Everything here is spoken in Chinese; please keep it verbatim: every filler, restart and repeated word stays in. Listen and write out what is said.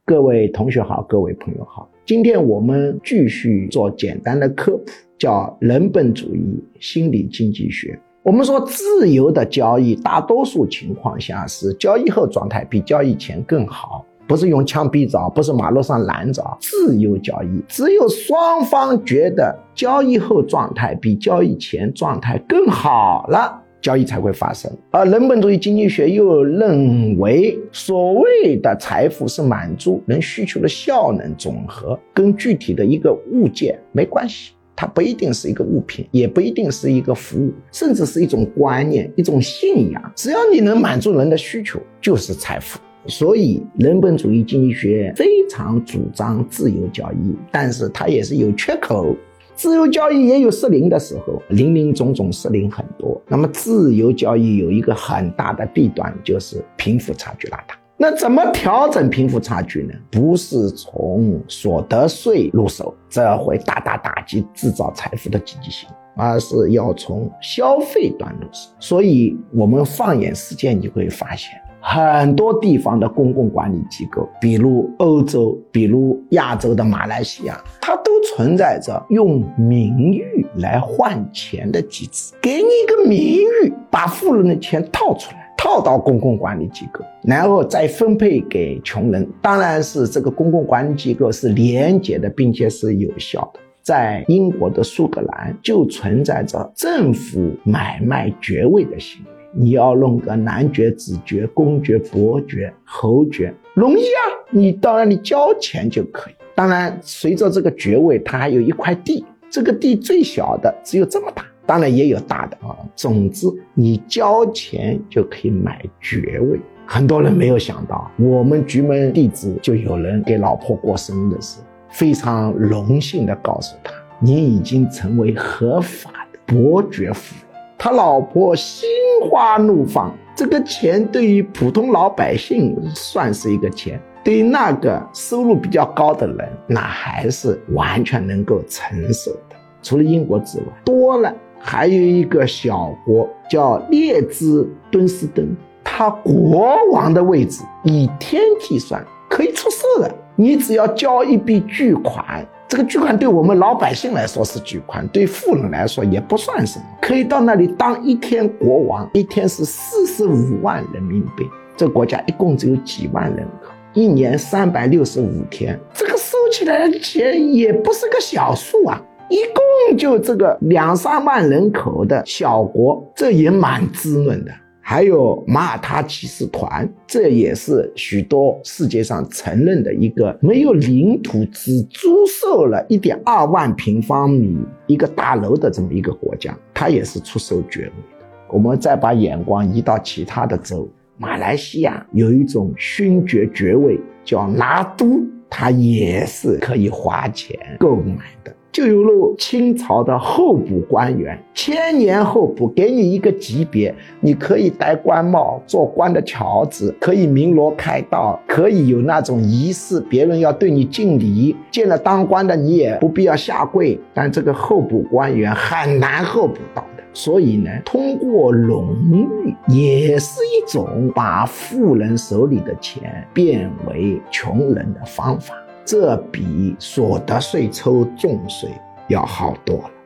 各位同学好，各位朋友好，今天我们继续做简单的科普，叫人本主义心理经济学。我们说自由的交易大多数情况下是交易后状态比交易前更好，不是用枪逼着，不是马路上拦着，自由交易只有双方觉得交易后状态比交易前状态更好了，交易才会发生。而人本主义经济学又认为，所谓的财富是满足人需求的效能总和，跟具体的一个物件没关系，它不一定是一个物品，也不一定是一个服务，甚至是一种观念，一种信仰，只要你能满足人的需求就是财富。所以人本主义经济学非常主张自由交易，但是它也是有缺口，自由交易也有失灵的时候，林林总总失灵很多。那么自由交易有一个很大的弊端，就是贫富差距拉大。那怎么调整贫富差距呢？不是从所得税入手，这会大大打击制造财富的积极性，而是要从消费端入手。所以我们放眼世界，你会发现很多地方的公共管理机构，比如欧洲，比如亚洲的马来西亚，它都存在着用名誉来换钱的机制，给你一个名誉，把富人的钱套出来，套到公共管理机构，然后再分配给穷人。当然是这个公共管理机构是廉洁的，并且是有效的。在英国的苏格兰就存在着政府买卖爵位的行为，你要弄个男爵、子爵、公爵、伯爵、侯爵，容易啊，你当然你交钱就可以。当然随着这个爵位，它还有一块地，这个地最小的只有这么大，当然也有大的啊。总之你交钱就可以买爵位。很多人没有想到，我们局门弟子就有人给老婆过生日的时候，非常荣幸地告诉他，你已经成为合法的伯爵夫人。他老婆心花怒放，这个钱对于普通老百姓算是一个钱，对于那个收入比较高的人，那还是完全能够承受的。除了英国之外，多了还有一个小国叫列支敦斯登，他国王的位置以天计算，可以出事的。你只要交一笔巨款，这个巨款对我们老百姓来说是巨款，对富人来说也不算什么，可以到那里当一天国王，一天是四十五万人民币。这个国家一共只有几万人口，一年三百六十五天，这个收起来的钱也不是个小数啊。一共就这个两三万人口的小国，这也蛮滋润的。还有马耳他骑士团，这也是许多世界上承认的一个没有领土，只租售了 一点二万平方米一个大楼的这么一个国家，它也是出售爵位的。我们再把眼光移到其他的州，马来西亚有一种勋爵爵位叫拿督，它也是可以花钱购买的。就有了清朝的候补官员，千年候补，给你一个级别，你可以戴官帽，做官的条子，可以鸣锣开道，可以有那种仪式，别人要对你敬礼，见了当官的你也不必要下跪，但这个候补官员很难候补到的。所以呢，通过荣誉也是一种把富人手里的钱变为穷人的方法，这比所得税抽重税要好多了。